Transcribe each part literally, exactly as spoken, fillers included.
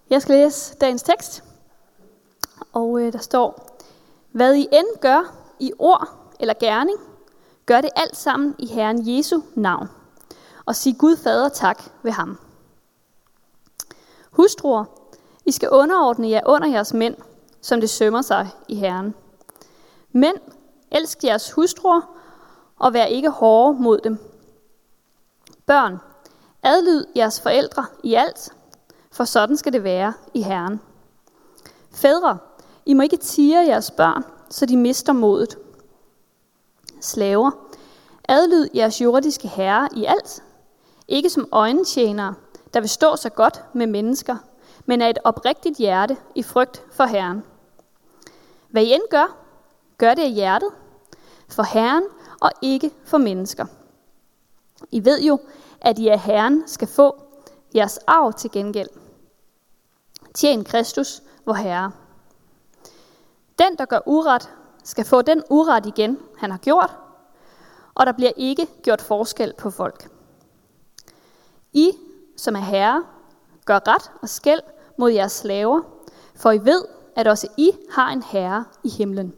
Jeg skal læse dagens tekst, og øh, der står: Hvad I end gør i ord eller gerning, gør det alt sammen i Herren Jesu navn, og sig Gud Fader tak ved ham. Hustruer, I skal underordne jer under jeres mænd, som det sømmer sig i Herren. Mænd, elsk jeres hustruer, og vær ikke hårde mod dem. Børn, adlyd jeres forældre i alt, for sådan skal det være i Herren. Fædre, I må ikke tirre jeres børn, så de mister modet. Slaver, adlyd jeres jordiske herre i alt, ikke som øjentjenere, der vil stå så godt med mennesker, men af et oprigtigt hjerte i frygt for Herren. Hvad I end gør, gør det af hjertet, for Herren og ikke for mennesker. I ved jo, at I af Herren skal få jeres arv til gengæld. Tjen Kristus, vor Herre. Den, der gør uret, skal få den uret igen, han har gjort, og der bliver ikke gjort forskel på folk. I, som er herre, gør ret og skæld mod jeres slaver, for I ved, at også I har en herre i himlen.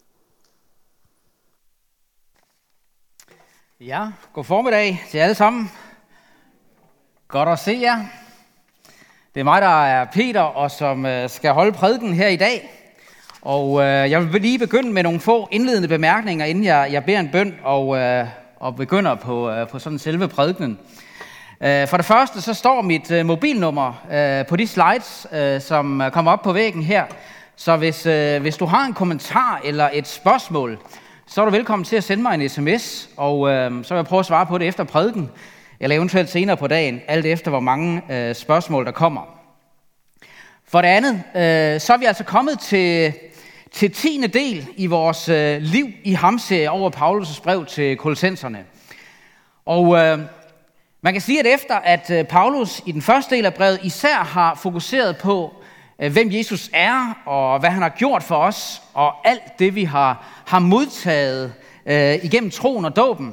Ja, god formiddag til alle sammen. Godt at se jer. Det er mig, der er Peter, og som skal holde prædiken her i dag. Og øh, jeg vil lige begynde med nogle få indledende bemærkninger, inden jeg, jeg beder en bøn og, øh, og begynder på, øh, på sådan selve prædikenen. Øh, for det første, så står mit øh, mobilnummer øh, på de slides, øh, som kommer op på væggen her. Så hvis, øh, hvis du har en kommentar eller et spørgsmål, så er du velkommen til at sende mig en sms, og øh, så vil jeg prøve at svare på det efter prædiken, eller eventuelt senere på dagen, alt efter hvor mange øh, spørgsmål der kommer. For det andet, øh, så er vi altså kommet til, til tiende del i vores øh, liv i ham-serie over Paulus' brev til kolossenserne. Og øh, man kan sige, at efter at øh, Paulus i den første del af brevet især har fokuseret på, øh, hvem Jesus er, og hvad han har gjort for os, og alt det, vi har, har modtaget øh, igennem troen og dåben,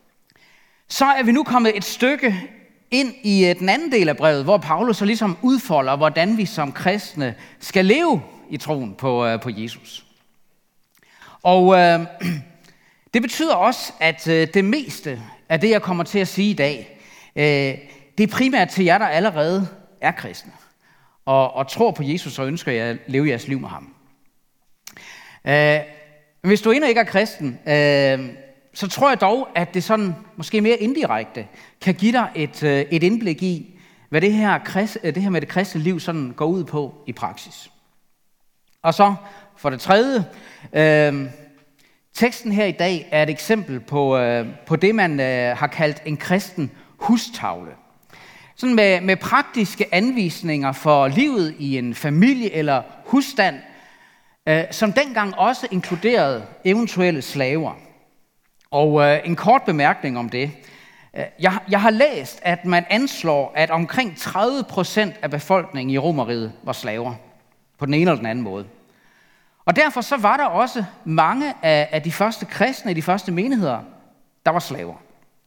så er vi nu kommet et stykke ind i den anden del af brevet, hvor Paulus så ligesom udfolder, hvordan vi som kristne skal leve i troen på, øh, på Jesus. Og øh, det betyder også, at øh, det meste af det, jeg kommer til at sige i dag, øh, det er primært til jer, der allerede er kristne, og, og tror på Jesus og ønsker jer at leve jeres liv med ham. Øh, hvis du endnu ikke er kristen, øh, så tror jeg dog, at det sådan måske mere indirekte kan give dig et, et indblik i, hvad det her, det her med det kristne liv sådan går ud på i praksis. Og så for det tredje, øh, teksten her i dag er et eksempel på, øh, på det, man øh, har kaldt en kristen hustavle. Sådan med, med praktiske anvisninger for livet i en familie eller husstand, øh, som dengang også inkluderede eventuelle slaver. Og øh, en kort bemærkning om det. Jeg, jeg har læst, at man anslår, at omkring tredive procent af befolkningen i Romerriget var slaver. På den ene eller den anden måde. Og derfor så var der også mange af, af de første kristne i de første menigheder, der var slaver.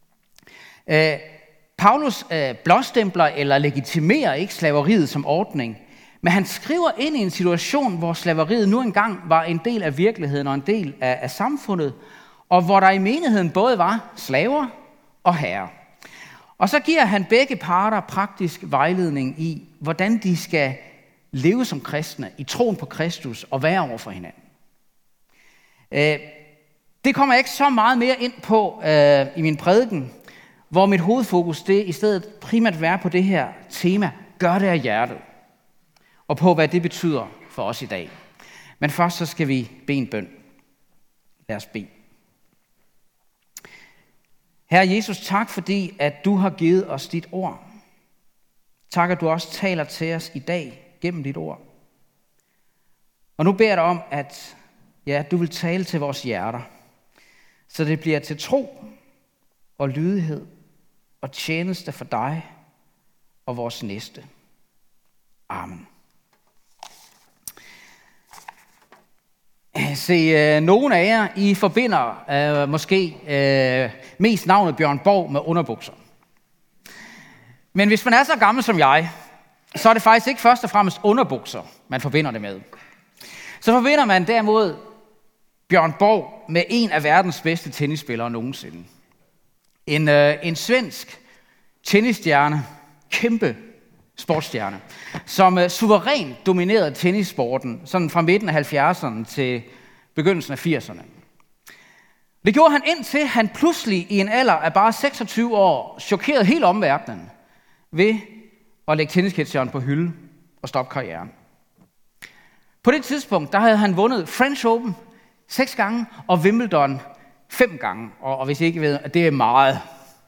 Øh, Paulus øh, blåstempler eller legitimerer ikke slaveriet som ordning, men han skriver ind i en situation, hvor slaveriet nu engang var en del af virkeligheden og en del af, af samfundet, og hvor der i menigheden både var slaver og herrer. Og så giver han begge parter praktisk vejledning i, hvordan de skal leve som kristne, i troen på Kristus og være over for hinanden. Det kommer jeg ikke så meget mere ind på i min prædiken, hvor mit hovedfokus det i stedet primært være på det her tema, gør det af hjertet, og på hvad det betyder for os i dag. Men først så skal vi bede en bøn. Lad os bede. Herre Jesus, tak fordi, at du har givet os dit ord. Tak, at du også taler til os i dag gennem dit ord. Og nu beder jeg dig om, at ja, du vil tale til vores hjerter, så det bliver til tro og lydighed og tjeneste for dig og vores næste. Amen. Se, nogle af jer, I forbinder øh, måske øh, mest navnet Bjørn Borg med underbukser. Men hvis man er så gammel som jeg, så er det faktisk ikke først og fremmest underbukser, man forbinder det med. Så forbinder man derimod Bjørn Borg med en af verdens bedste tennisspillere nogensinde. En, øh, en svensk tennisstjerne, kæmpe sportsstjerne, som øh, suverænt dominerede tennissporten sådan fra midten af halvfjerdserne til begyndelsen af firserne. Det gjorde han indtil han pludselig i en alder af bare seksogtyve år chokerede hele omverdenen ved at lægge tennisketcheren på hylde og stoppe karrieren. På det tidspunkt der havde han vundet French Open seks gange og Wimbledon fem gange, og, og hvis I ikke ved, at det er meget.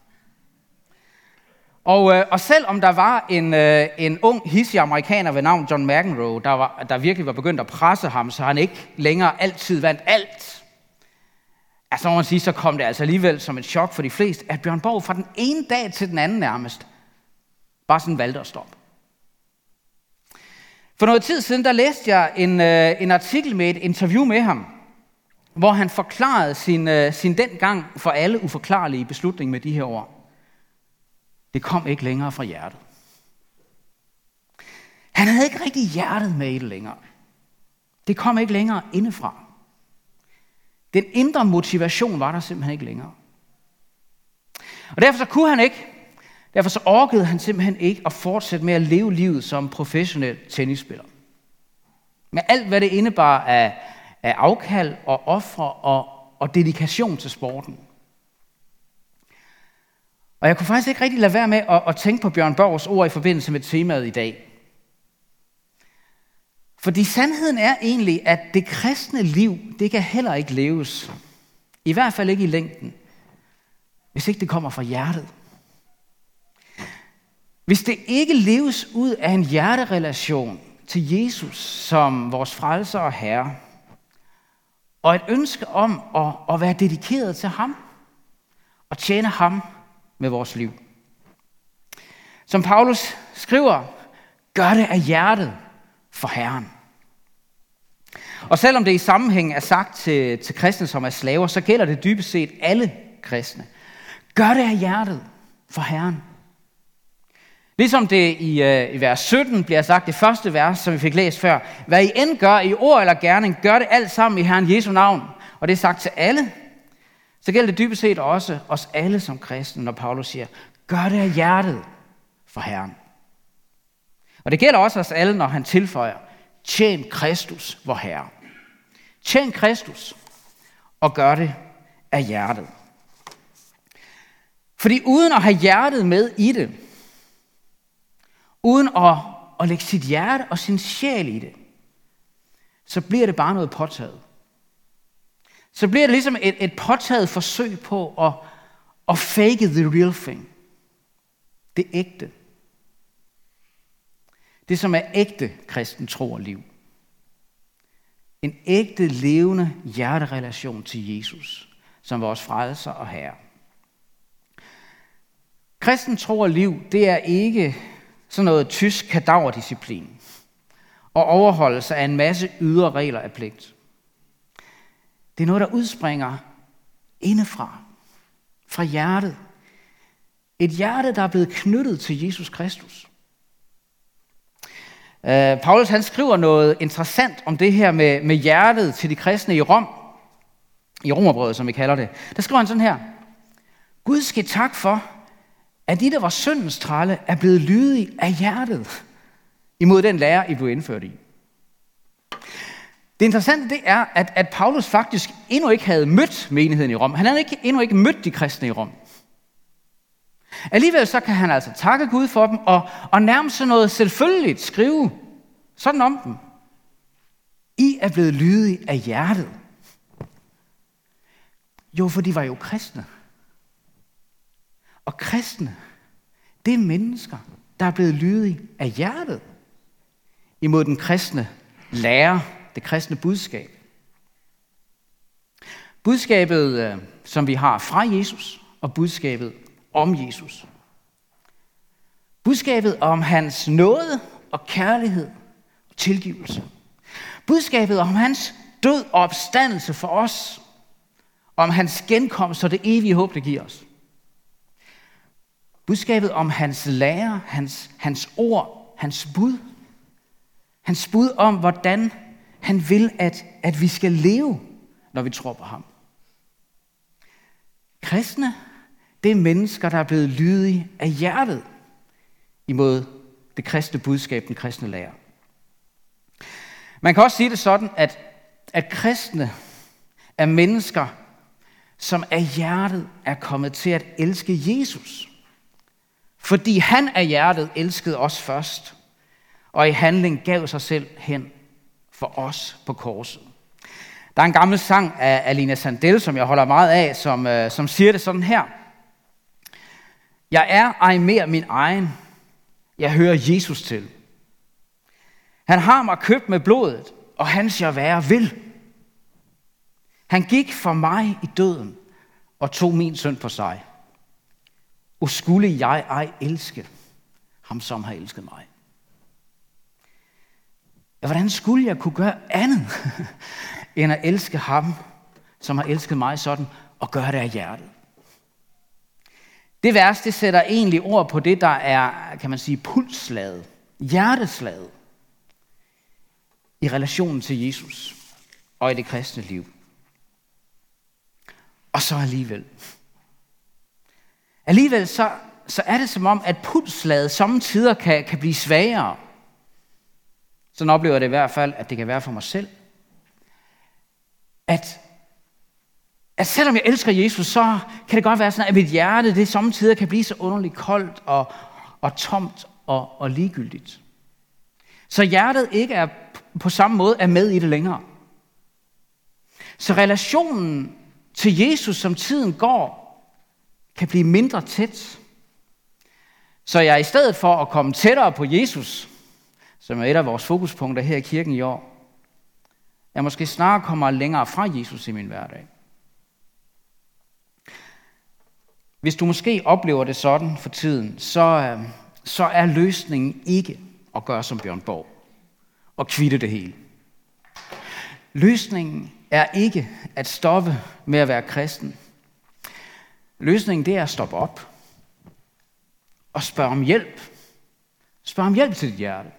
Og, øh, og selvom der var en, øh, en ung, hissig amerikaner ved navn John McEnroe, der, var, der virkelig var begyndt at presse ham, så han ikke længere altid vandt alt. Altså må man sige, så kom det altså alligevel som et chok for de fleste, at Bjørn Borg fra den ene dag til den anden nærmest bare sådan valgte at stoppe. For noget tid siden, der læste jeg en, øh, en artikel med et interview med ham, hvor han forklarede sin, øh, sin dengang for alle uforklarlige beslutning med de her ord. Det kom ikke længere fra hjertet. Han havde ikke rigtig hjertet med i det længere. Det kom ikke længere indefra. Den indre motivation var der simpelthen ikke længere. Og derfor så kunne han ikke, derfor så orkede han simpelthen ikke at fortsætte med at leve livet som professionel tennisspiller. Med alt, hvad det indebar af, af afkald og ofre og, og dedikation til sporten. Og jeg kunne faktisk ikke rigtig lade være med at, at tænke på Bjørn Borgs ord i forbindelse med temaet i dag. Fordi sandheden er egentlig, at det kristne liv, det kan heller ikke leves. I hvert fald ikke i længden, hvis ikke det kommer fra hjertet. Hvis det ikke leves ud af en hjerterelation til Jesus som vores frelser og herre, og et ønske om at, at være dedikeret til ham, og tjene ham med vores liv. Som Paulus skriver, gør det af hjertet for Herren. Og selvom det i sammenhæng er sagt til, til kristne, som er slaver, så gælder det dybest set alle kristne. Gør det af hjertet for Herren. Ligesom det i, uh, i vers sytten bliver sagt, det første vers, som vi fik læst før. Hvad I end gør i ord eller gerning, gør det alt sammen i Herren Jesu navn. Og det er sagt til alle. Så gælder det dybest set også os alle som kristne, når Paulus siger, gør det af hjertet for Herren. Og det gælder også os alle, når han tilføjer, tjen Kristus, vor Herre. Tjen Kristus, og gør det af hjertet. Fordi uden at have hjertet med i det, uden at, at lægge sit hjerte og sin sjæl i det, så bliver det bare noget påtaget. Så bliver det ligesom et, et påtaget forsøg på at, at fake the real thing. Det ægte. Det, som er ægte kristen tro og liv. En ægte, levende hjerterelation til Jesus, som vores frelser og herre. Kristen tro og liv, det er ikke sådan noget tysk kadaverdisciplin og overholdelse af en masse ydre regler af pligt. Det er noget, der udspringer indefra, fra hjertet. Et hjerte, der er blevet knyttet til Jesus Kristus. Uh, Paulus han skriver noget interessant om det her med, med hjertet til de kristne i Rom, i Romerbrevet, som vi kalder det. Der skriver han sådan her: Gud skal tak for, at de, der var syndens trælle, er blevet lydige af hjertet imod den lære, I blev indført i. Det interessante det er, at, at Paulus faktisk endnu ikke havde mødt menigheden i Rom. Han havde ikke, endnu ikke mødt de kristne i Rom. Alligevel så kan han altså takke Gud for dem, og, og nærmest sådan noget selvfølgeligt skrive sådan om dem. I er blevet lydige af hjertet. Jo, for de var jo kristne. Og kristne, det er mennesker, der er blevet lydige af hjertet imod den kristne lære, det kristne budskab. Budskabet, som vi har fra Jesus, og budskabet om Jesus. Budskabet om hans nåde og kærlighed og tilgivelse. Budskabet om hans død og opstandelse for os. Om hans genkomst og det evige håb, det giver os. Budskabet om hans lære, hans, hans ord, hans bud. Hans bud om, hvordan han vil, at, at vi skal leve, når vi tror på ham. Kristne, det er mennesker, der er blevet lydige af hjertet imod det kristne budskab, den kristne lære. Man kan også sige det sådan, at, at kristne er mennesker, som af hjertet er kommet til at elske Jesus. Fordi han af hjertet elskede os først, og i handling gav sig selv hen for os på korset. Der er en gammel sang af Alina Sandel, som jeg holder meget af, som, øh, som siger det sådan her. Jeg er ej mere min egen, jeg hører Jesus til. Han har mig købt med blodet, og hans jeg være vil. Han gik for mig i døden, og tog min synd på sig. Og skulle jeg ej elske ham, som har elsket mig. Ja, hvordan skulle jeg kunne gøre andet, end at elske ham, som har elsket mig sådan, og gøre det af hjertet? Det vers, det sætter egentlig ord på det, der er, kan man sige, pulsslaget, hjerteslaget, i relationen til Jesus og i det kristne liv. Og så alligevel. Alligevel så, så er det som om, at pulsslaget samtidig kan, kan blive svagere. Sådan oplever jeg det i hvert fald, at det kan være for mig selv. At, at selvom jeg elsker Jesus, så kan det godt være sådan, at mit hjerte, det samtidig kan blive så underligt koldt og, og tomt og, og ligegyldigt. Så hjertet ikke er på samme måde er med i det længere. Så relationen til Jesus, som tiden går, kan blive mindre tæt. Så jeg i stedet for at komme tættere på Jesus, som er et af vores fokuspunkter her i kirken i år, jeg måske snarere kommer længere fra Jesus i min hverdag. Hvis du måske oplever det sådan for tiden, så, så er løsningen ikke at gøre som Bjørn Borg og kvitte det hele. Løsningen er ikke at stoppe med at være kristen. Løsningen, det er at stoppe op og spørge om hjælp. Spørg om hjælp til dit hjerte.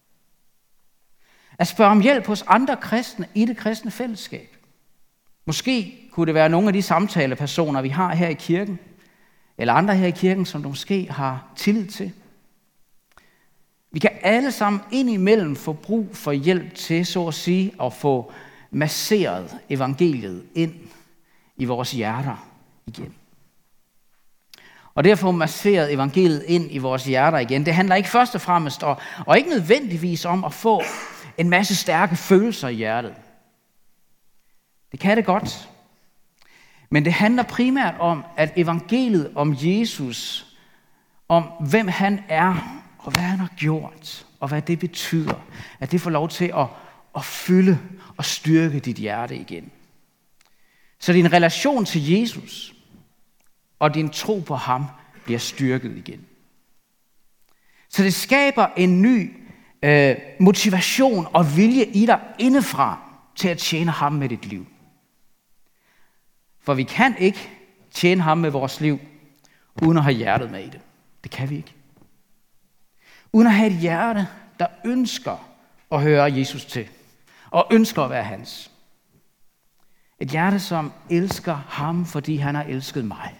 At spørge om hjælp hos andre kristne i det kristne fællesskab. Måske kunne det være nogle af de samtalepersoner, vi har her i kirken, eller andre her i kirken, som du måske har tillid til. Vi kan alle sammen indimellem få brug for hjælp til, så at sige, at få masseret evangeliet ind i vores hjerter igen. Og det at få masseret evangeliet ind i vores hjerter igen, det handler ikke først og fremmest, og, og ikke nødvendigvis om at få en masse stærke følelser i hjertet. Det kan det godt. Men det handler primært om, at evangeliet om Jesus, om hvem han er, og hvad han har gjort, og hvad det betyder, at det får lov til at, at fylde og styrke dit hjerte igen. Så din relation til Jesus og din tro på ham bliver styrket igen. Så det skaber en ny øh, motivation og vilje i dig indefra til at tjene ham med dit liv. For vi kan ikke tjene ham med vores liv, uden at have hjertet med i det. Det kan vi ikke. Uden at have et hjerte, der ønsker at høre Jesus til, og ønsker at være hans. Et hjerte, som elsker ham, fordi han har elsket mig.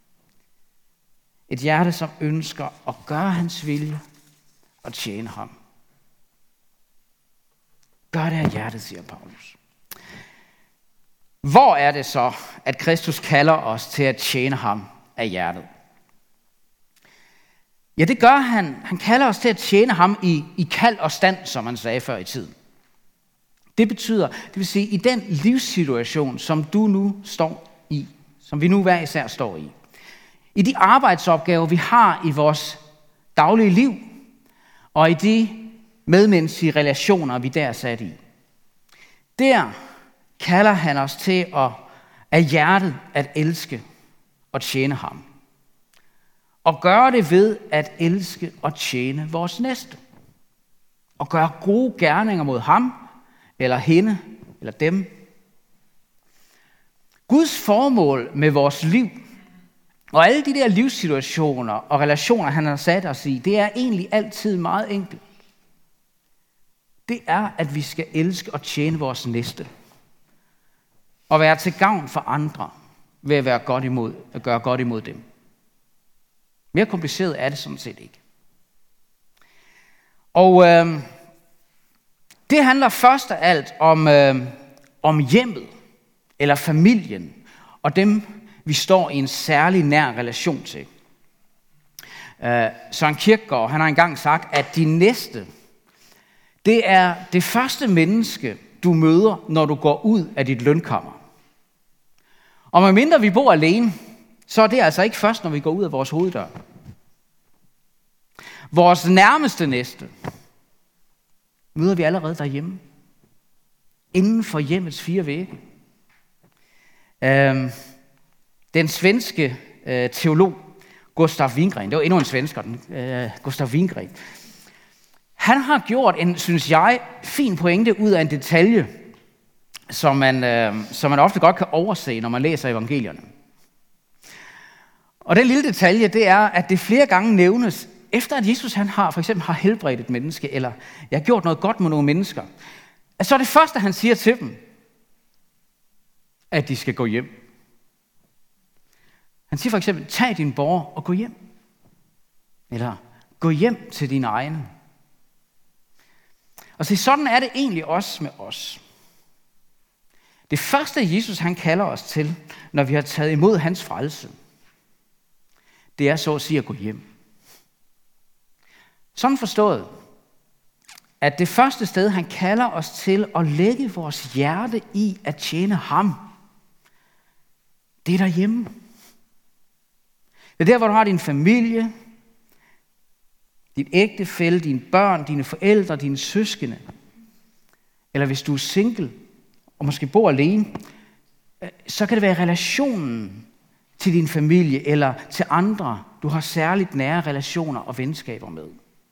Et hjerte, som ønsker at gøre hans vilje og tjene ham. Gør det af hjertet, siger Paulus. Hvor er det så, at Kristus kalder os til at tjene ham af hjertet? Ja, det gør han. Han kalder os til at tjene ham i, i kald og stand, som han sagde før i tiden. Det betyder, det vil sige, i den livssituation, som du nu står i, som vi nu hver især står i, i de arbejdsopgaver, vi har i vores daglige liv, og i de medmenneskelige relationer, vi der er sat i. Der kalder han os til at af hjertet at elske og tjene ham. Og gøre det ved at elske og tjene vores næste. Og gøre gode gerninger mod ham, eller hende, eller dem. Guds formål med vores liv, og alle de der livssituationer og relationer, han har sat os i, det er egentlig altid meget enkelt. det er, at vi skal elske og tjene vores næste. Og være til gavn for andre ved at være godt imod, at gøre godt imod dem. Mere kompliceret er det sådan set ikke. Og øh, det handler først af alt om, øh, om hjemmet, eller familien, og dem, vi står i en særlig nær relation til. Øh, Søren Kierkegaard, han har engang sagt, at de næste, det er det første menneske, du møder, når du går ud af dit lønkammer. Og medmindre vi bor alene, så er det altså ikke først, når vi går ud af vores hoveddør. Vores nærmeste næste møder vi allerede derhjemme. Inden for hjemmets fire vægge. Øhm, den svenske øh, teolog Gustav Wingren, det var endnu en svensker, den, øh, Gustav Wingren. Han har gjort en, synes jeg, fin pointe ud af en detalje, som man, øh, som man ofte godt kan overse, når man læser evangelierne. Og den lille detalje, det er, at det flere gange nævnes, efter at Jesus han har, for eksempel har helbredt et menneske, eller jeg har gjort noget godt med nogle mennesker, at så er det første, han siger til dem, at de skal gå hjem. Han siger for eksempel, tag din borger og gå hjem. Eller gå hjem til dine egne. Og så sådan er det egentlig også med os. Det første, Jesus han kalder os til, når vi har taget imod hans frelse, det er så at sige at gå hjem. Sådan forstået, at det første sted, han kalder os til at lægge vores hjerte i at tjene ham, det er derhjemme. Det er der, hvor du har din familie, din ægtefælle, dine børn, dine forældre, dine søskende. Eller hvis du er single og måske bor alene, så kan det være relationen til din familie eller til andre, du har særligt nære relationer og venskaber med.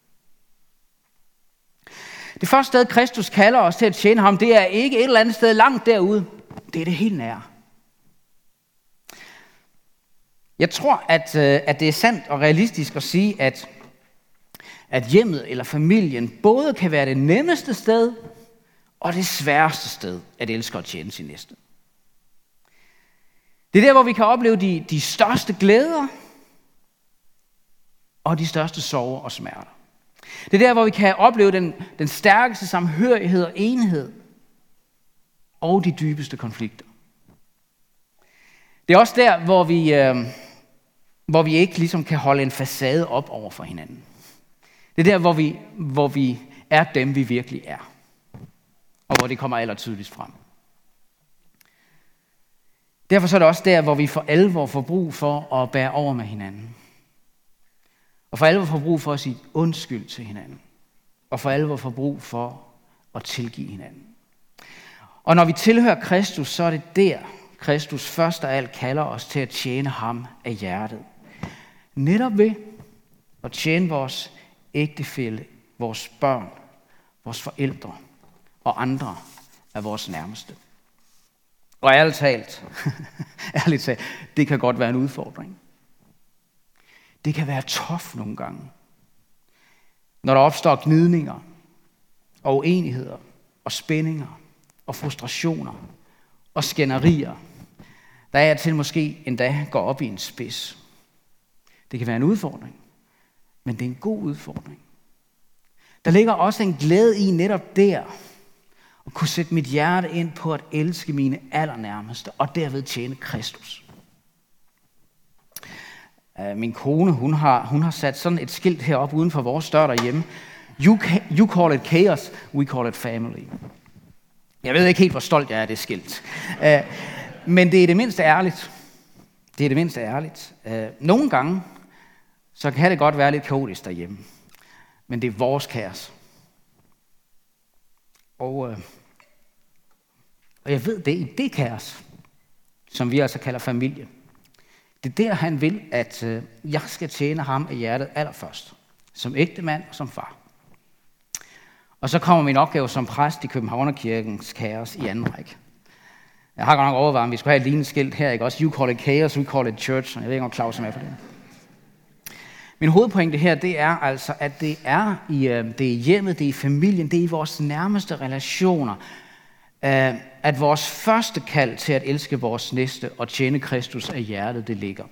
Det første sted, Kristus kalder os til at tjene ham, det er ikke et eller andet sted langt derude. Det er det helt nære. Jeg tror, at, at det er sandt og realistisk at sige, at, at hjemmet eller familien både kan være det nemmeste sted og det sværeste sted at elske og tjene sin næste. Det er der, hvor vi kan opleve de, de største glæder og de største sorger og smerter. Det er der, hvor vi kan opleve den, den stærkeste samhørighed og enhed og de dybeste konflikter. Det er også der, hvor vi, øh, hvor vi ikke ligesom kan holde en facade op over for hinanden. Det er der, hvor vi, hvor vi er dem, vi virkelig er. Og hvor det kommer allertydeligst frem. Derfor så er det også der, hvor vi for alvor får brug for at bære over med hinanden. Og for alvor får brug for at sige undskyld til hinanden. Og for alvor får brug for at tilgive hinanden. Og når vi tilhører Kristus, så er det der, Kristus først af alt kalder os til at tjene ham af hjertet. Netop ved at tjene vores ægtefælle, vores børn, vores forældre og andre af vores nærmeste. Og ærligt talt, ærligt talt, det kan godt være en udfordring. Det kan være tough nogle gange. Når der opstår gnidninger og uenigheder og spændinger og frustrationer og skænderier, der er til måske endda går op i en spids. Det kan være en udfordring, men det er en god udfordring. Der ligger også en glæde i netop der, at kunne sætte mit hjerte ind på at elske mine allernærmeste, og derved tjene Kristus. Min kone, hun har, hun har sat sådan et skilt heroppe uden for vores dør derhjemme. You, ca- you call it chaos, we call it family. Jeg ved ikke helt, hvor stolt jeg er af det skilt. Men det er det mindste ærligt. Det er det mindste ærligt. Nogle gange, så kan det godt være lidt kaotisk derhjemme. Men det er vores kaos. Og, øh, og jeg ved, det er i det kaos, som vi altså kalder familie. Det er der, han vil, at øh, jeg skal tjene ham af hjertet allerførst. Som ægtemand og som far. Og så kommer min opgave som præst i Københavnerkirkens kaos i anden række. Jeg har godt nok overvejet, om vi skulle have et lignende skilt her, ikke også? You call it chaos, we call it church. Jeg ved ikke, om Claus er med på det. Min hovedpointe her, det er altså, at det er i det er hjemmet, det er i familien, det er i vores nærmeste relationer, at vores første kald til at elske vores næste og tjene Kristus af hjertet, det ligger.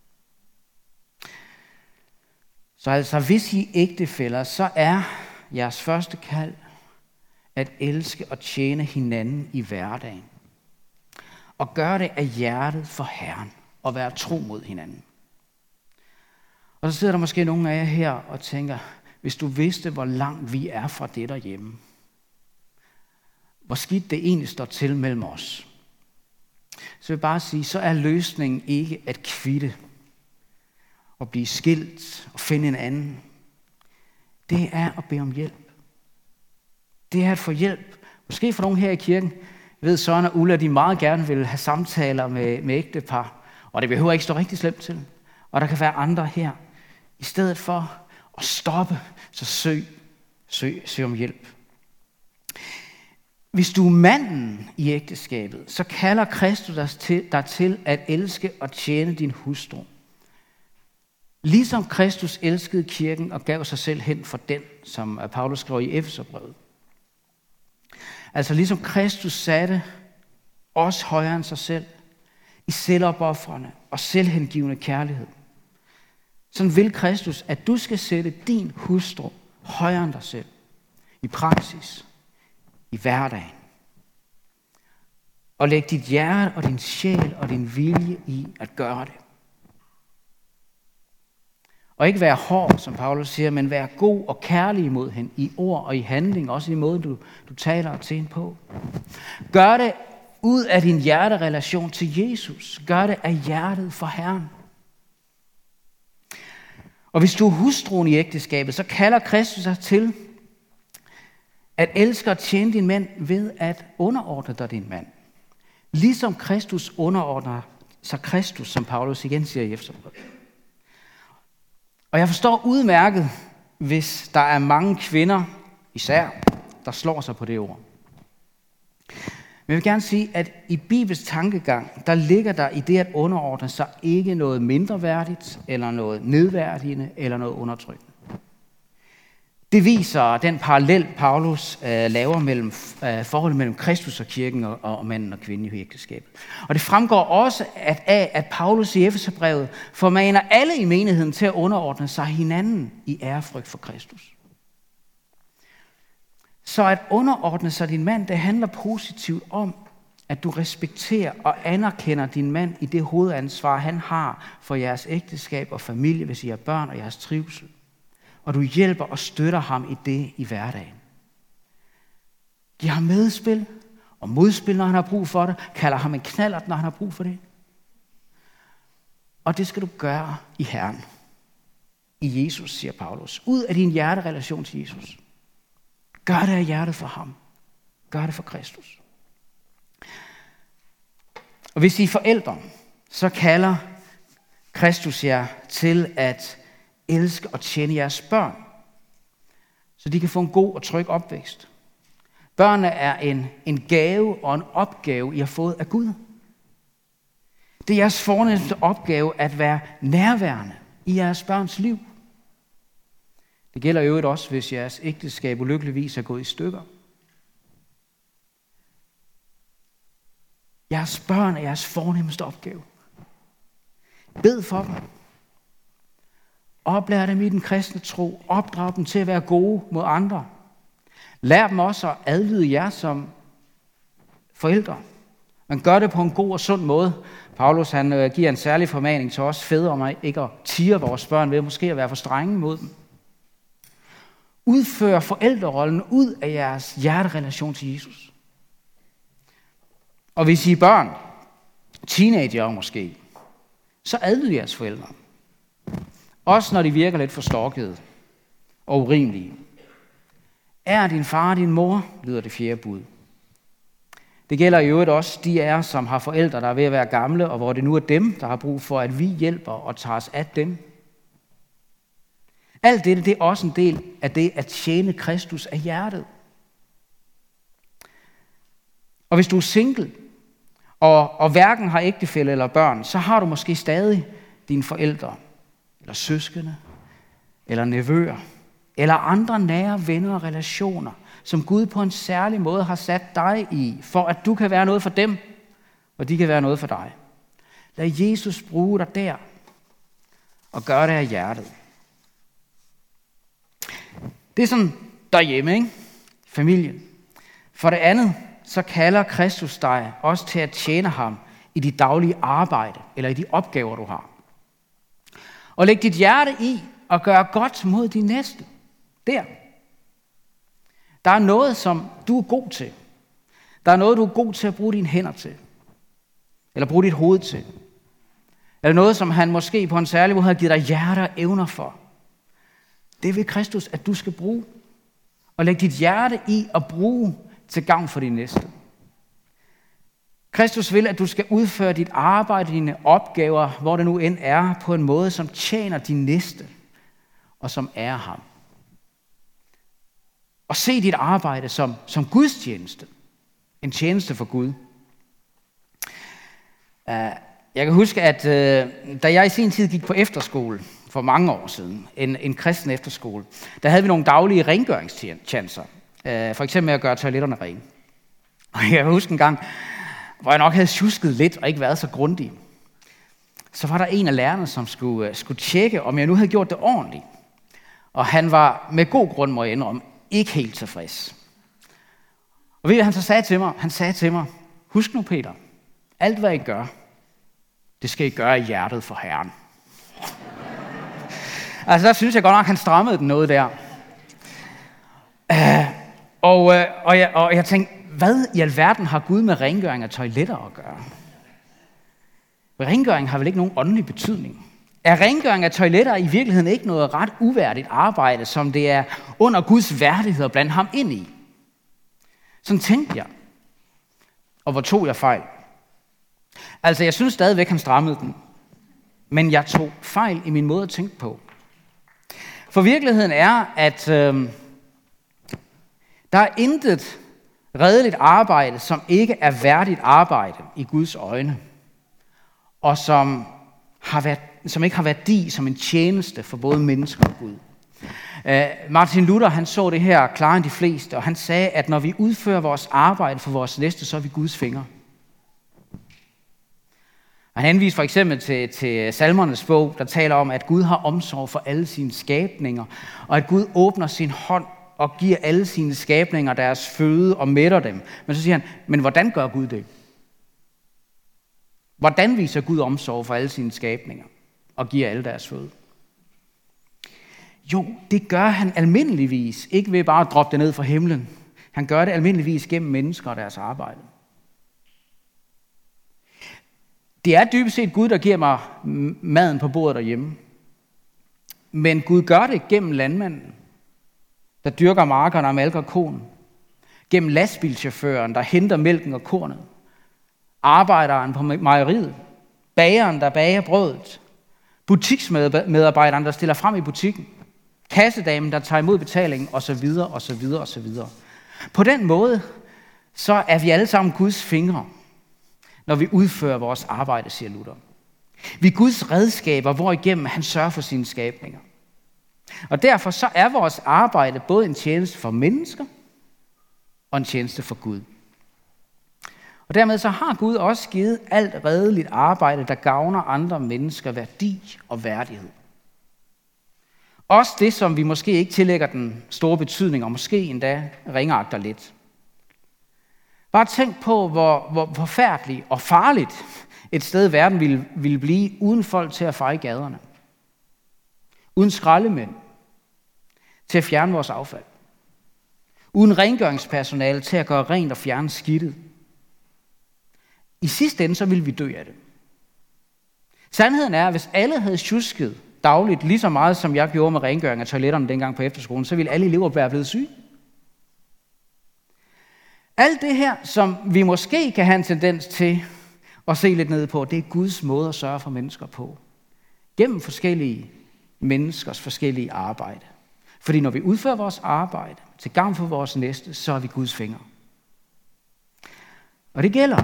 Så altså, hvis I ægtefæller, så er jeres første kald at elske og tjene hinanden i hverdagen. Og gøre det af hjertet for Herren og være tro mod hinanden. Og så sidder der måske nogle af jer her og tænker, hvis du vidste, hvor langt vi er fra det derhjemme. Hvor skidt det egentlig står til mellem os. Så vil jeg bare sige, så er løsningen ikke at kvitte og blive skilt og finde en anden. Det er at bede om hjælp. Det er at få hjælp. Måske for nogen her i kirken, ved Søren og Ulla, de meget gerne vil have samtaler med, med ægtepar. Og det behøver ikke stå rigtig slemt til. Og der kan være andre her. I stedet for at stoppe, så søg, søg, søg om hjælp. Hvis du er manden i ægteskabet, så kalder Kristus dig til, dig til at elske og tjene din hustru. Ligesom Kristus elskede kirken og gav sig selv hen for den, som Paulus skrev i Efeserbrevet. Altså ligesom Kristus satte os højere end sig selv, i selvopoffrende og selvhengivende kærlighed. Sådan vil Kristus, at du skal sætte din hustru højere end dig selv. I praksis, i hverdagen. Og læg dit hjerte og din sjæl og din vilje i at gøre det. Og ikke være hård, som Paulus siger, men være god og kærlig imod hende i ord og i handling, også i måden, du, du taler til hende på. Gør det ud af din hjerterelation til Jesus. Gør det af hjertet for Herren. Og hvis du er hustruen i ægteskabet, så kalder Kristus sig til at elske og tjene din mand ved at underordne dig din mand. Ligesom Kristus underordner sig Kristus, som Paulus igen siger i Efterbrevet. Og jeg forstår udmærket, hvis der er mange kvinder, især, der slår sig på det ord. Men jeg vil gerne sige, at i Bibels tankegang, der ligger der i det at underordne sig ikke noget mindreværdigt, eller noget nedværdigende, eller noget undertrykkende. Det viser den parallel, Paulus øh, laver mellem øh, forholdet mellem Kristus og kirken og, og manden og kvinden i ægteskabet. Og det fremgår også at, af, at Paulus i Efeserbrevet formaner alle i menigheden til at underordne sig hinanden i ærefrygt for Kristus. Så at underordne sig din mand, det handler positivt om, at du respekterer og anerkender din mand i det hovedansvar, han har for jeres ægteskab og familie, hvis I har børn og jeres trivsel. Og du hjælper og støtter ham i det i hverdagen. Giv ham medspil og modspil, når han har brug for det. Kalder ham en knallert, når han har brug for det. Og det skal du gøre i Herren. I Jesus, siger Paulus. Ud af din hjerterelation til Jesus. Gør det af hjertet for ham. Gør det for Kristus. Og hvis I er forældre, så kalder Kristus jer til at elske og tjene jeres børn, så de kan få en god og tryg opvækst. Børnene er en, en gave og en opgave, I har fået af Gud. Det er jeres fornemmeste opgave at være nærværende i jeres børns liv. Det gælder jo også, hvis jeres ægteskab ulykkeligvis er gået i stykker. Jeres børn er jeres fornemmeste opgave. Bed for dem. Oplær dem i den kristne tro. Opdrag dem til at være gode mod andre. Lær dem også at adlyde jer som forældre. Man gør det på en god og sund måde. Paulus han øh, giver en særlig formaning til os fædre om at ikke at tirre vores børn ved måske at være for strenge mod dem. Udfør forældrerollen ud af jeres hjerterelation til Jesus. Og hvis I er børn, teenager måske, så adlyd jeres forældre. Også når de virker lidt forstokkede og urimelige. Er din far og din mor, lyder det fjerde bud. Det gælder i øvrigt også de af jer, som har forældre, der er ved at være gamle, og hvor det nu er dem, der har brug for, at vi hjælper og tager os af dem. Alt dette, det er også en del af det at tjene Kristus af hjertet. Og hvis du er single, og, og hverken har ægtefælle eller børn, så har du måske stadig dine forældre, eller søskende, eller nevøer, eller andre nære venner og relationer, som Gud på en særlig måde har sat dig i, for at du kan være noget for dem, og de kan være noget for dig. Lad Jesus bruge dig der, og gøre det af hjertet. Det er sådan derhjemme, ikke? Familien. For det andet, så kalder Kristus dig også til at tjene ham i dit daglige arbejde, eller i de opgaver, du har. Og læg dit hjerte i at gøre godt mod de næste. Der. Der er noget, som du er god til. Der er noget, du er god til at bruge dine hænder til. Eller bruge dit hoved til. Eller noget, som han måske på en særlig måde har givet dig hjerte og evner for. Det vil Kristus, at du skal bruge. Og læg dit hjerte i at bruge til gavn for de næste. Kristus vil, at du skal udføre dit arbejde, dine opgaver, hvor det nu end er, på en måde, som tjener de næste, og som ærer ham. Og se dit arbejde som, som Guds tjeneste. En tjeneste for Gud. Jeg kan huske, at da jeg i sin tid gik på efterskole, for mange år siden, en, en kristen efterskole, der havde vi nogle daglige rengøringstjanser. For eksempel med at gøre toiletterne rene. Og jeg kan huske en gang, hvor jeg nok havde sjusket lidt og ikke været så grundig. Så var der en af lærerne, som skulle, skulle tjekke, om jeg nu havde gjort det ordentligt. Og han var med god grund, må jeg indrømme, ikke helt tilfreds. Og ved du, han så sagde til mig? Han sagde til mig, husk nu Peter, alt hvad I gør, det skal I gøre i hjertet for Herren. Altså der synes jeg godt nok, han strammede den noget der. Uh, og, uh, og, jeg, og jeg tænkte, hvad i alverden har Gud med rengøring af toiletter at gøre? Rengøring har vel ikke nogen åndelig betydning? Er rengøring af toiletter i virkeligheden ikke noget ret uværdigt arbejde, som det er under Guds værdighed at blande ham ind i? Sådan tænkte jeg. Og hvor tog jeg fejl? Altså, jeg synes stadigvæk, han strammede den. Men jeg tog fejl i min måde at tænke på. For virkeligheden er, at øh, der er intet redeligt arbejde, som ikke er værdigt arbejde i Guds øjne, og som, har været, som ikke har værdi som en tjeneste for både mennesker og Gud. Uh, Martin Luther, han så det her klarere end de fleste, og han sagde, at når vi udfører vores arbejde for vores næste, så er vi Guds fingre. Han henviste for eksempel til, til Salmernes bog, der taler om, at Gud har omsorg for alle sine skabninger, og at Gud åbner sin hånd og giver alle sine skabninger deres føde og mætter dem. Men så siger han, men hvordan gør Gud det? Hvordan viser Gud omsorg for alle sine skabninger og giver alle deres føde? Jo, det gør han almindeligvis, ikke ved bare at droppe det ned fra himlen. Han gør det almindeligvis gennem mennesker og deres arbejde. Det er dybest set Gud, der giver mig maden på bordet derhjemme. Men Gud gør det gennem landmanden, der dyrker markerne og malker korn. Gennem lastbilchaufføren, der henter mælken og kornet. Arbejderen på mejeriet. Bageren, der bager brødet. Butiksmedarbejderen, der stiller frem i butikken. Kassedamen, der tager imod betalingen, osv., osv., osv. På den måde, så er vi alle sammen Guds fingre, når vi udfører vores arbejde, siger Luther. Vi er Guds redskaber, hvorigennem han sørger for sine skabninger. Og derfor så er vores arbejde både en tjeneste for mennesker og en tjeneste for Gud. Og dermed så har Gud også givet alt redeligt arbejde, der gavner andre mennesker værdi og værdighed. Også det, som vi måske ikke tillægger den store betydning, og måske endda ringeagter lidt. Bare tænk på, hvor, hvor forfærdeligt og farligt et sted i verden ville, ville blive, uden folk til at feje gaderne. Uden skraldemænd til at fjerne vores affald. Uden rengøringspersonale til at gøre rent og fjerne skidtet. I sidste ende, så ville vi dø af det. Sandheden er, at hvis alle havde sjusket dagligt lige så meget, som jeg gjorde med rengøring af toiletterne dengang på efterskolen, så ville alle elever være blevet syge. Alt det her, som vi måske kan have en tendens til at se lidt ned på, det er Guds måde at sørge for mennesker på. Gennem forskellige menneskers forskellige arbejde. Fordi når vi udfører vores arbejde til gavn for vores næste, så er vi Guds fingre. Og det gælder,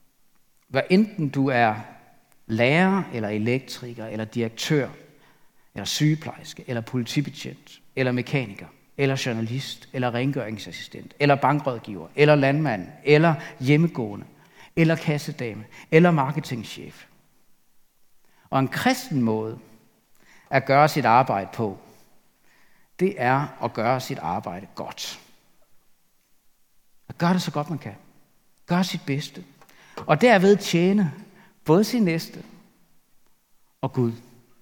hvad enten du er lærer, eller elektriker, eller direktør, eller sygeplejerske, eller politibetjent, eller mekaniker, eller journalist, eller rengøringsassistent, eller bankrådgiver, eller landmand, eller hjemmegående, eller kassedame, eller marketingchef. Og en kristen måde at gøre sit arbejde på, det er at gøre sit arbejde godt. At gøre det så godt man kan. Gøre sit bedste. Og derved tjene både sin næste og Gud.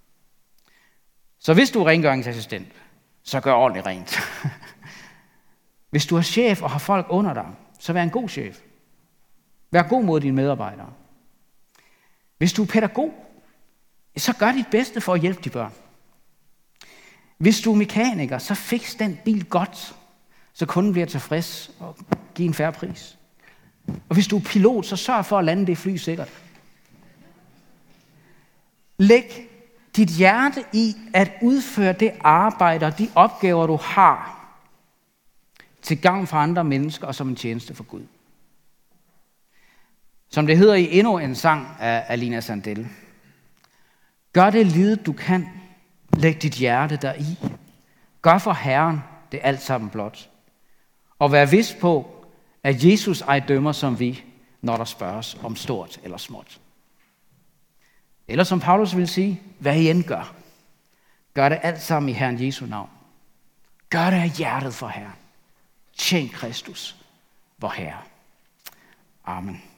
Så hvis du er rengøringsassistent, så gør ordentligt rent. Hvis du er chef og har folk under dig, så vær en god chef. Vær god mod dine medarbejdere. Hvis du er pædagog, så gør dit bedste for at hjælpe de børn. Hvis du er mekaniker, så fix den bil godt, så kunden bliver tilfreds og giver en fair pris. Og hvis du er pilot, så sørg for at lande det fly sikkert. Læg dit hjerte i at udføre det arbejde og de opgaver, du har, til gavn for andre mennesker og som en tjeneste for Gud. Som det hedder i endnu en sang af Alina Sandel. Gør det lidet du kan, læg dit hjerte deri. Gør for Herren det alt sammen blot. Og vær vidst på, at Jesus ej dømmer som vi, når der spørges om stort eller småt. Eller som Paulus vil sige, hvad I end gør. Gør det alt sammen i Herren Jesu navn. Gør det af hjertet for Herren. Tjen Kristus, vor Herre. Amen.